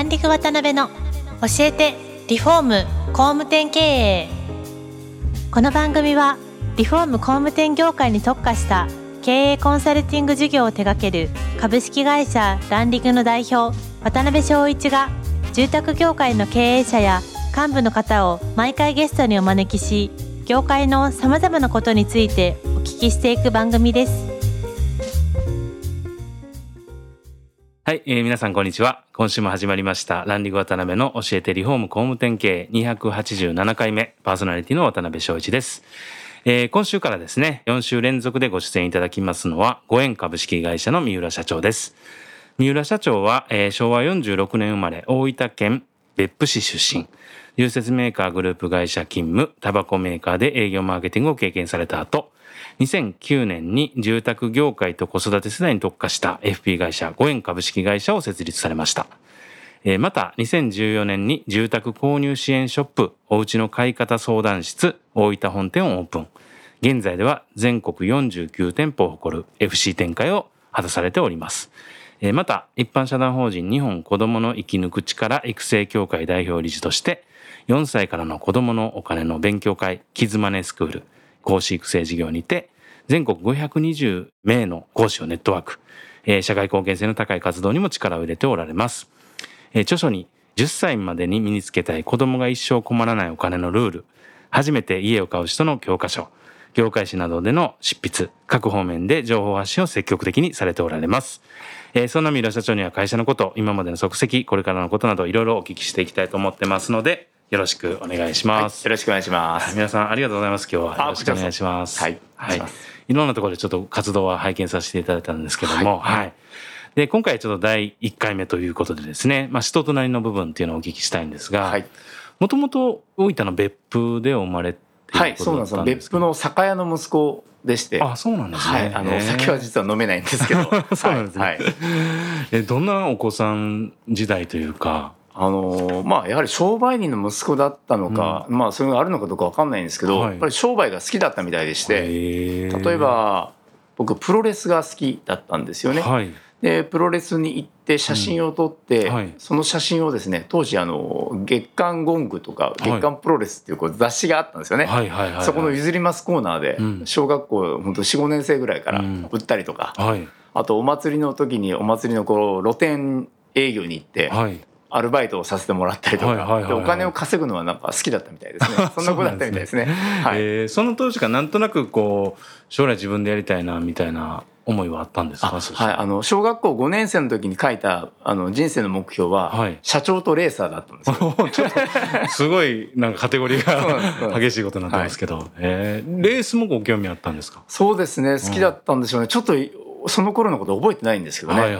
ランディング渡辺の教えてリフォーム工務店経営。この番組はリフォーム工務店業界に特化した経営コンサルティング事業を手掛ける株式会社ランディングの代表渡辺翔一が、住宅業界の経営者や幹部の方を毎回ゲストにお招きし、業界のさまざまなことについてお聞きしていく番組です。 はい、皆さんこんにちは。今週も始まりましたランディング渡辺の教えてリフォーム工務店経営287回目、パーソナリティの渡辺翔一です。今週からですね、4週連続でご出演いただきますのはご縁株式会社の三浦社長です。三浦社長は、昭和46年生まれ、大分県別府市出身、融雪メーカーグループ会社勤務、タバコメーカーで営業マーケティングを経験された後、2009年に住宅業界と子育て世代に特化した FP 会社ご縁株式会社を設立されました。また2014年に住宅購入支援ショップおうちの買い方相談室大分本店をオープン。現在では全国49店舗を誇る FC 展開を果たされております。また一般社団法人日本子どもの生き抜く力育成協会代表理事として4歳からの子どものお金の勉強会キズマネスクール講師育成事業にて全国520名の講師をネットワーク、社会貢献性の高い活動にも力を入れておられます。著書に10歳までに身につけたい子どもが一生困らないお金のルール、初めて家を買う人の教科書、業界誌などでの執筆、各方面で情報発信を積極的にされておられます。そんな三浦社長には会社のこと、今までの足跡、これからのことなどいろいろお聞きしていきたいと思ってますので、よろしくお願いします。 はい、よろしくお願いします。 皆さんありがとうございます。今日はよろしくお願いします。 はい、 はい、いろんなところでちょっと活動は拝見させていただいたんですけども、はい。で今回ちょっと第1回目ということでですね、人となりの部分っていうのをお聞きしたいんですが、もともと大分の別府で生まれていることだったんですか？ はい、そうなんです。別府の酒屋の息子でして、 あ、そうなんですね。 はい、酒は実は飲めないんですけどそうなんですね、はい、どんなお子さん時代というか、 やはり商売人の息子だったのか、そういうのがあるのかどうか分かんないんですけど、やっぱり商売が好きだったみたいでして、例えば僕プロレスが好きだったんですよね、はい、でプロレスに行って写真を撮って、その写真をですね、当時月刊ゴングとか月刊プロレスっていう雑誌があったんですよね、そこの譲りますコーナーで、小学校本当 4,5 年生ぐらいから売ったりとか、あとお祭りの時にお祭りの露店営業に行って、アルバイトをさせてもらったりとか、お金を稼ぐのはなんか好きだったみたいですね。そんな子だったみたいですね。 その当時からなんとなく将来自分でやりたいなみたいな思いはあったんですか？ はい、小学校5年生の時に書いた人生の目標は、社長とレーサーだったんですよ。 ちょっとすごいなんかカテゴリーが激しいことになってますけど、レースもご興味あったんですか？ そうですね、好きだったんでしょうね。ちょっとその頃のこと覚えてないんですけどね。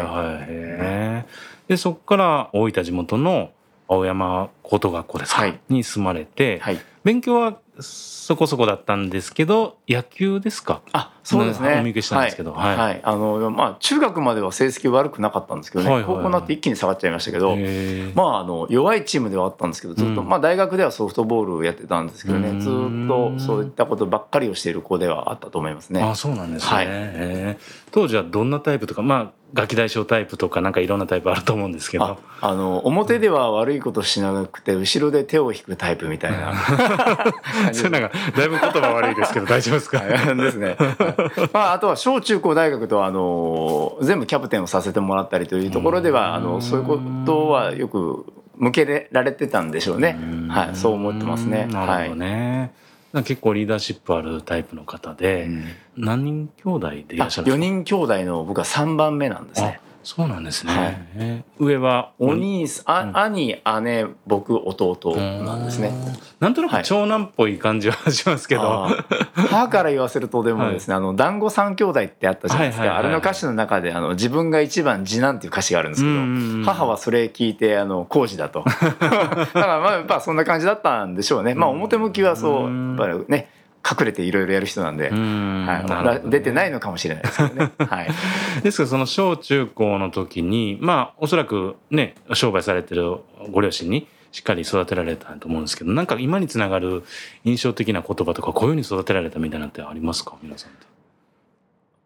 でそこから大分地元の青山高等学校ですか、に住まれて、勉強はそこそこだったんですけど、野球ですか？ そうですね。 お見受けしたんですけど、 中学までは成績悪くなかったんですけどね、高校になって一気に下がっちゃいましたけど、弱いチームではあったんですけど、ずっと、大学ではソフトボールをやってたんですけどね、ずっとそういったことばっかりをしている子ではあったと思いますね。 そうなんですね。当時はどんなタイプとか、ガキ大将タイプとかなんかいろんなタイプあると思うんですけど、 表では悪いことしなくて後ろで手を引くタイプみたいなそれなんかだいぶ言葉悪いですけど大丈夫ですか？ ですね。あとは小中高大学と全部キャプテンをさせてもらったりというところではそういうことはよく向けられてたんでしょうね。そう思ってますね。 なるほどね。結構リーダーシップあるタイプの方で、何人兄弟でいらっしゃるんですか？4 人兄弟の僕は3番目なんですね。 そうなんですね。上はお兄さん、兄、姉、僕、弟なんですね。 なんとなく長男っぽい感じはしますけど、 母から言わせるとでもですね、団子三兄弟ってあったじゃないですか。あれの歌詞の中で自分が一番次男っていう歌詞があるんですけど、母はそれ聞いて浩二だと。だからやっぱそんな感じだったんでしょうね。表向きはそうやっぱりね。隠れていろいろやる人なんで、出てないのかもしれないですけどね。 ですからその小中高の時におそらくね商売されてるご両親にしっかり育てられたと思うんですけど、なんか今につながる印象的な言葉とかこういうふうに育てられたみたいなってありますか？皆さんって。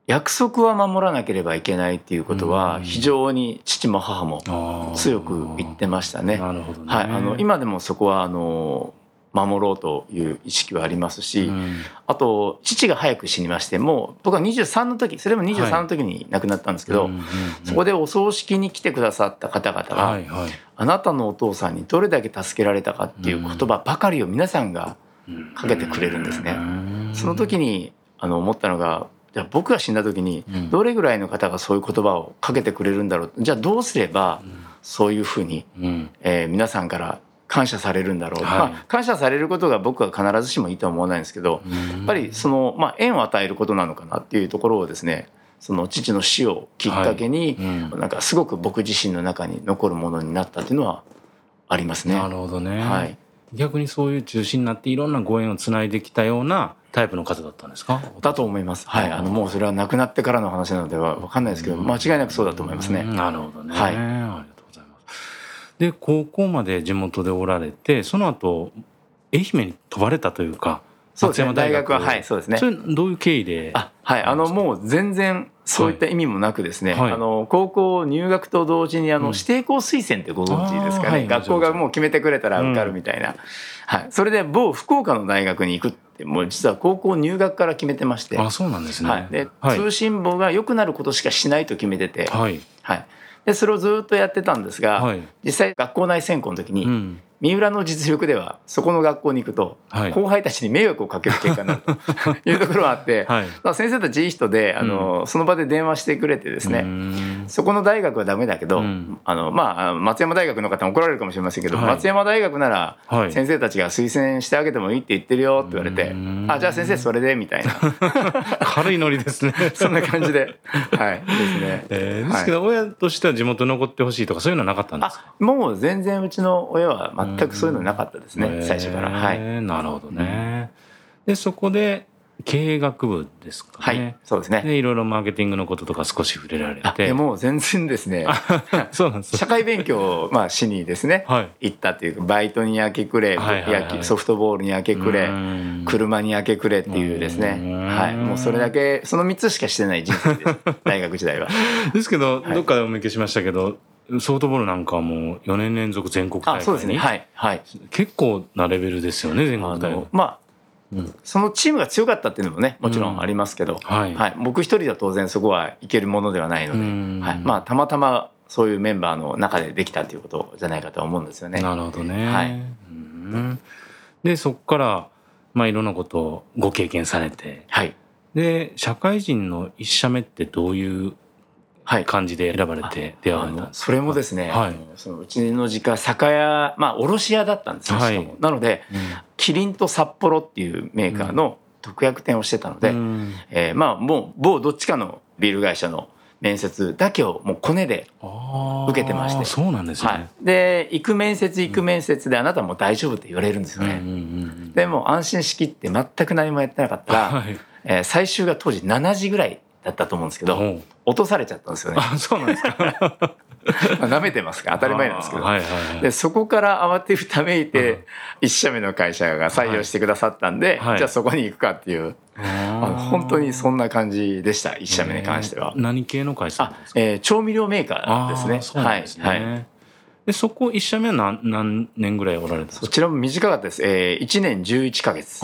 約束は守らなければいけないっていうことは非常に父も母も強く言ってましたね。 なるほどね。 はい、今でもそこは守ろうという意識はありますし、あと父が早く死にまして、もう僕は23の時、それも23の時に亡くなったんですけど、そこでお葬式に来てくださった方々が、あなたのお父さんにどれだけ助けられたかっていう言葉ばかりを皆さんがかけてくれるんですね。その時に思ったのが、じゃあ僕が死んだ時にどれぐらいの方がそういう言葉をかけてくれるんだろう、じゃあどうすればそういうふうに、皆さんから感謝されるんだろう、感謝されることが僕は必ずしもいいとは思わないんですけど、やっぱり縁を与えることなのかなっていうところをですね、その父の死をきっかけに、なんかすごく僕自身の中に残るものになったっていうのはありますね。 なるほどね。逆にそういう中心になっていろんなご縁をつないできたようなタイプの方だったんですか？ だと思います。もうそれは亡くなってからの話なのでは分かんないですけど、間違いなくそうだと思いますね。 なるほどね。ありがとうございます。で、高校まで地元でおられて、その後愛媛に飛ばれたというか、 そうですね、大学はそうですね。 それどういう経緯で？ もう全然そういった意味もなくですね、高校入学と同時に指定校推薦ってご存知ですかね。学校がもう決めてくれたら受かるみたいな、それで某福岡の大学に行くって、もう実は高校入学から決めてまして。 そうなんですね。 で、通信簿が良くなることしかしないと決めてて、でそれをずっとやってたんですが、実際学校内選考の時に、三浦の実力ではそこの学校に行くと後輩たちに迷惑をかける結果になるというところがあって、先生たちいい人でその場で電話してくれてですね、そこの大学はダメだけど、松山大学の方も怒られるかもしれませんけど、松山大学なら先生たちが推薦してあげてもいいって言ってるよって言われて、じゃあ先生それでみたいな軽いノリですね。 そんな感じでですね。 ですけど親としては地元に残ってほしいとかそういうのはなかったんですか？ もう全然うちの親は全くそういうのなかったですね、最初から。 なるほどね。でそこで経営学部ですかね。 そうですね。 でいろいろマーケティングのこととか少し触れられて。 もう全然ですね。 そうなんです。 社会勉強をしにですね、行ったっていうか、バイトに明け暮れ、ソフトボールに明け暮れ、車に明け暮れっていうですね。もうそれだけ、その3つしかしてない人生です。大学時代は。 ですけど、どっかでお見受けしましたけど、ソフトボールなんかはもう4年連続全国大会に。 そうですね。 結構なレベルですよね、全国大会。 そのチームが強かったっていうのもね、もちろんありますけど、僕一人では当然そこはいけるものではないので、たまたまそういうメンバーの中でできたということじゃないかと思うんですよね。 なるほどね。でそこからいろんなことをご経験されて、で社会人の1社目ってどういう感じで選ばれて出会われたんですか？ それもですね、そのうちの実家酒屋、卸屋だったんですよ。なので、キリンと札幌っていうメーカーの特約店をしてたので、もう某どっちかのビール会社の面接だけをもうコネで受けてまして。 そうなんですね。 で行く面接であなたもう大丈夫って言われるんですよね。でも安心しきって全く何もやってなかったら、最終が当時7時ぐらいだったと思うんですけど、落とされちゃったんですよね。 そうなんですか。 舐めてますから当たり前なんですけど、でそこから慌てふためいて1社目の会社が採用してくださったんで、じゃあそこに行くかっていう、本当にそんな感じでした。1社目に関しては。 何系の会社ですか？ 調味料メーカーですね。 そうなんですね。でそこ1社目は何年ぐらいおられたんですか？ そちらも短かったです。1年11ヶ月。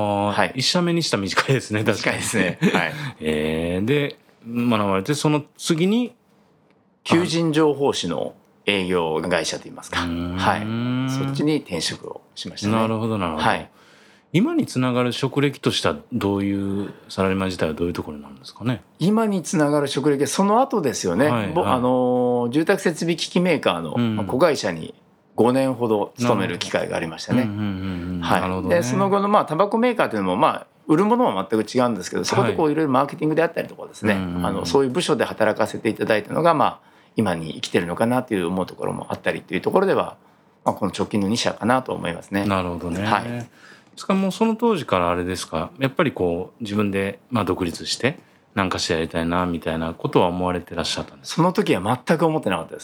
1社目にしたら短いですね。確かに。 短いですね。 で学ばれて、その次に求人情報誌の営業会社といいますか、そっちに転職をしましたね。 なるほどなるほど。今につながる職歴としてはどういうサラリーマン自体はどういうところになるんですかね？ 今につながる職歴はその後ですよね。住宅設備機器メーカーの子会社に5年ほど勤める機会がありましたね。でその後のタバコメーカーというのも売るものは全く違うんですけど、そこでいろいろマーケティングであったりとかですね、そういう部署で働かせていただいたのが今に生きてるのかなという思うところもあったりというところでは、この直近の2社かなと思いますね。 なるほどね。ですからもうその当時からあれですか、やっぱり自分で独立して何かしてやりたいなみたいなことは思われてらっしゃったんですか？ その時は全く思ってなかったです。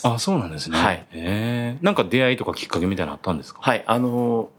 そうなんですね。なんか出会いとかきっかけみたいなのあったんですか？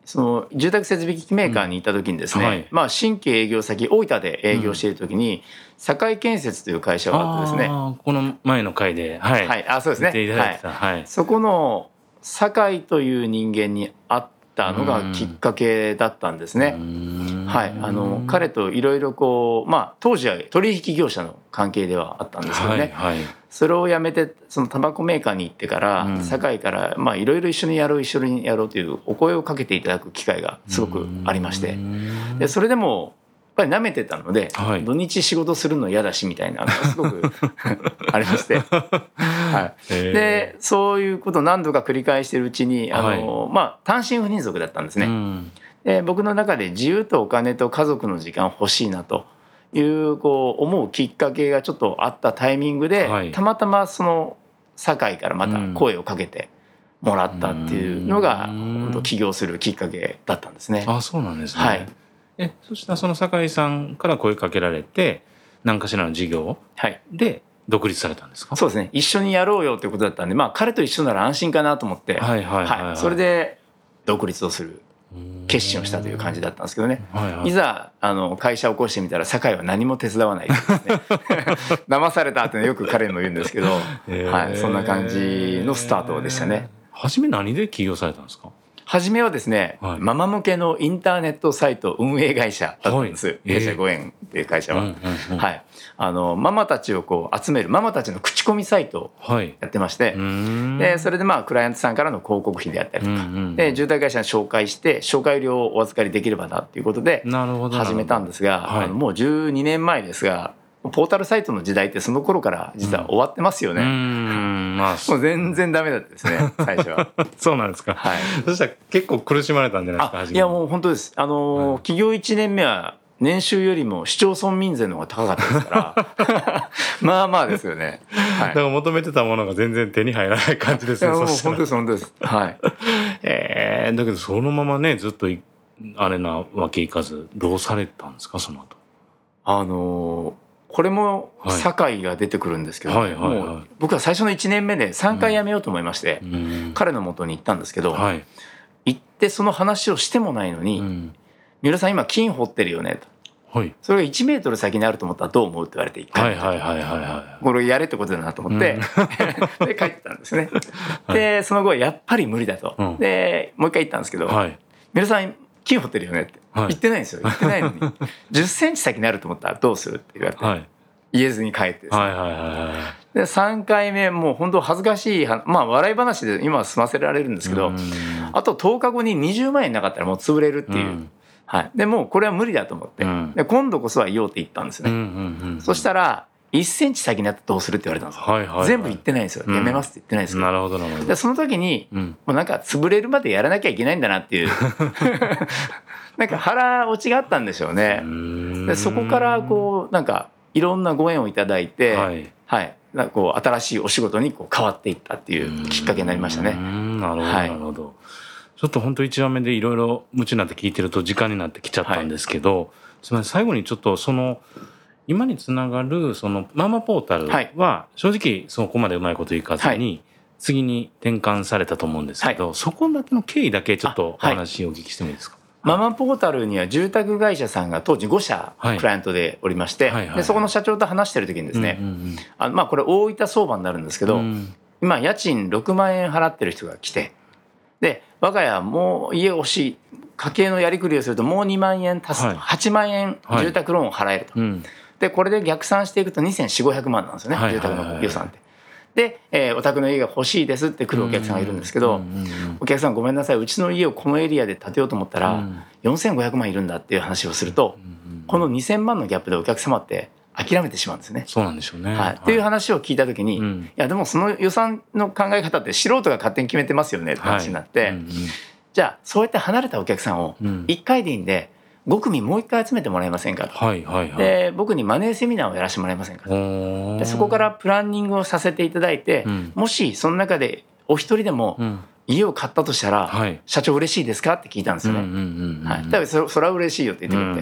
その住宅設備機器メーカーに行った時にですね、新規営業先大分で営業している時に、堺建設という会社があってですね、 この前の回で、 そうですね、そこの堺という人間に会ったのがきっかけだったんですね。彼といろいろこう、当時は取引業者の関係ではあったんですけどね、それをやめてそのタバコメーカーに行ってから、堺からいろいろ一緒にやろうというお声をかけていただく機会がすごくありまして、でそれでもやっぱり舐めてたので、土日仕事するの嫌だしみたいなのがすごくありまして、でそういうことを何度か繰り返しているうちに単身赴任族だったんですね。で僕の中で自由とお金と家族の時間欲しいなという思うきっかけがちょっとあったタイミングで、たまたまその堺からまた声をかけてもらったっていうのが起業するきっかけだったんですね。 そうなんですね。そしたらその堺さんから声かけられて何かしらの事業で独立されたんですか？ そうですね、一緒にやろうよということだったんで、彼と一緒なら安心かなと思って、それで独立をする決心をしたという感じだったんですけどね、いざ会社を起こしてみたら堺は何も手伝わないですね騙されたってよく彼にも言うんですけど、そんな感じのスタートでしたね。 初め何で起業されたんですか？ 初めはですね、ママ向けのインターネットサイト運営会社だったんです。弊社5円っていう会社は、ママたちを集めるママたちの口コミサイトをやってまして、でそれでクライアントさんからの広告費であったりとか、で住宅会社に紹介して紹介料をお預かりできればなっていうことで始めたんですが、もう12年前ですが、ポータルサイトの時代ってその頃から実は終わってますよね。もう全然ダメだったですね、最初は。 そうなんですか。そしたら結構苦しまれたんじゃないですか？ いやもう本当です。起業1年目は年収よりも市町村民税の方が高かったですからまあですよね。 だから求めてたものが全然手に入らない感じですね。 本当です。だけどそのままねずっとあれなわけいかず、どうされたんですかその後？ これも堺が出てくるんですけど、もう僕は最初の1年目で3回辞めようと思いまして、彼の元に行ったんですけど、行ってその話をしてもないのに、三浦さん今金掘ってるよねと、それが1メートル先にあると思ったらどう思うって言われて、1回これやれってことだなと思ってで帰ってたんですね。でその後やっぱり無理だと、でもう一回行ったんですけど、三浦さん金掘ってるよねって言ってないんですよ。言ってないのに10センチ先にあると思ったらどうするって言われて、言えずに帰ってですね、で3回目もう本当恥ずかしい笑い話で今は済ませられるんですけど、あと10日後に20万円なかったらもう潰れるっていう、でもうこれは無理だと思って、で今度こそは言おうって言ったんですね。そしたら1センチ先になってどうするって言われたんですよ。全部言ってないんですよ。やめますって言ってないんですよ。 なるほどなるほど。 でその時に、もうなんか潰れるまでやらなきゃいけないんだなっていうなんか腹落ちがあったんでしょうね。でそこからなんかいろんなご縁をいただいて、なんか新しいお仕事に変わっていったっていうきっかけになりましたね。 なるほどなるほど。ちょっと本当1話目でいろいろ夢中になって聞いてると時間になってきちゃったんですけど、すみません、最後にちょっとその今につながるそのママポータルは正直そこまでうまいこといかずに次に転換されたと思うんですけど、そこだけの経緯だけちょっとお話をお聞きしてもいいですか？ ママポータルには住宅会社さんが当時5社クライアントでおりまして、でそこの社長と話してる時にですね、これ大分相場になるんですけど、今家賃6万円払ってる人が来て、で我が家もう家欲しい、家計のやりくりをするともう2万円足すと8万円住宅ローンを払えると、でこれで逆算していくと2400、500万なんですよね、住宅の予算って。で、お宅の家が欲しいですって来るお客さんがいるんですけど、お客さんごめんなさい、うちの家をこのエリアで建てようと思ったら4500万いるんだっていう話をすると、この2000万のギャップでお客様って諦めてしまうんですね。 そうなんでしょうね。 っていう話を聞いた時に、いやでもその予算の考え方って素人が勝手に決めてますよねって話になって、じゃあそうやって離れたお客さんを1回でいいんで5組もう1回集めてもらえませんかと、で僕にマネーセミナーをやらせてもらえませんかと、でそこからプランニングをさせていただいて、もしその中でお一人でも家を買ったとしたら、社長嬉しいですかって聞いたんですよね。だからそれは嬉しいよって言ってくれて、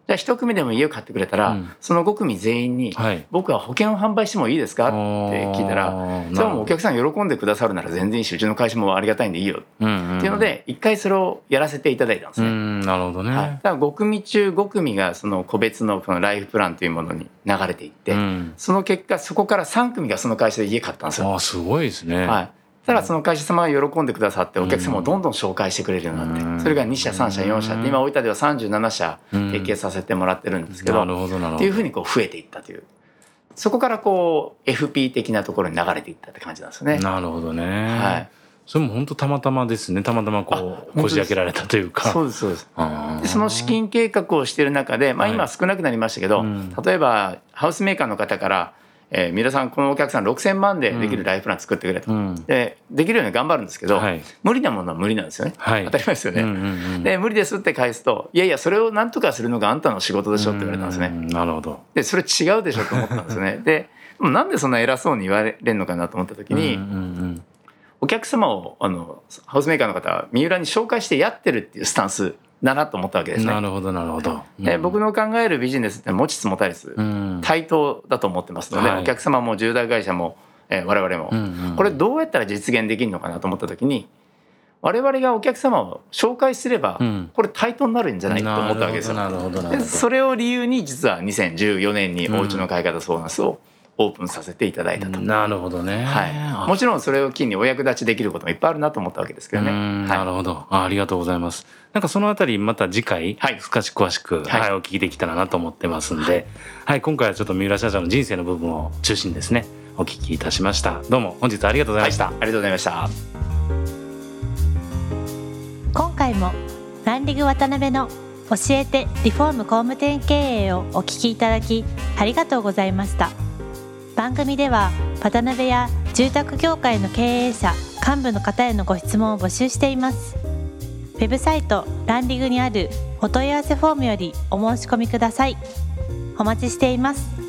じゃあ1組でも家を買ってくれたら、その5組全員に、僕は保険を販売してもいいですかって聞いたら、それはもうお客さん喜んでくださるなら全然いいし、うちの会社もありがたいんでいいよっていうので、1回それをやらせていただいたんですね。 なるほどね。 だから5組中5組がその個別のこのライフプランというものに流れていって、その結果そこから3組がその会社で家買ったんですよ。 すごいですね。 ただその会社様が喜んでくださってお客様をどんどん紹介してくれるようになって、それが2社3社4社って今大分では37社提携させてもらってるんですけど、っていうふうにこう増えていったという、そこからこう FP 的なところに流れていったって感じなんですよね。 なるほどね。それも本当たまたまですね。たまたまこうこじ開けられたというか。 そうですそうです。でその資金計画をしている中で、今少なくなりましたけど、例えばハウスメーカーの方から三浦さんこのお客さん6000万でできるライフプラン作ってくれと、できるように頑張るんですけど、無理なものは無理なんですよね、当たり前ですよね、で無理ですって返すと、いやいやそれを何とかするのがあんたの仕事でしょって言われたんですね。 なるほでそれ違うでしょと思ったんですよね。でなんでそんな偉そうに言われるのかなと思った時に、お客様をハウスメーカーの方は三浦に紹介してやってるっていうスタンスだなと思ったわけですね。 なるほどなるほど。 で僕の考えるビジネスって持ちつ持たれつ、対等だと思ってますので、お客様も重大会社も、我々も、これどうやったら実現できるのかなと思った時に、我々がお客様を紹介すれば、これ対等になるんじゃないと思ったわけですよ。でそれを理由に実は2014年におうちの買い方相談室をオープンさせていただいたと。 なるほどね。 もちろんそれを機にお役立ちできることもいっぱいあるなと思ったわけですけどね。 なるほど。ありがとうございます。なんかそのあたりまた次回少し詳しく、お聞きできたらなと思ってますんで、今回はちょっと三浦社長の人生の部分を中心にですねお聞きいたしました。どうも本日はありがとうございました。 ありがとうございました。 今回もランディング渡辺の教えてリフォーム工務店経営をお聞きいただきありがとうございました。番組では渡辺や住宅業界の経営者幹部の方へのご質問を募集しています。ウェブサイトランディングにあるお問い合わせフォームよりお申し込みください。お待ちしています。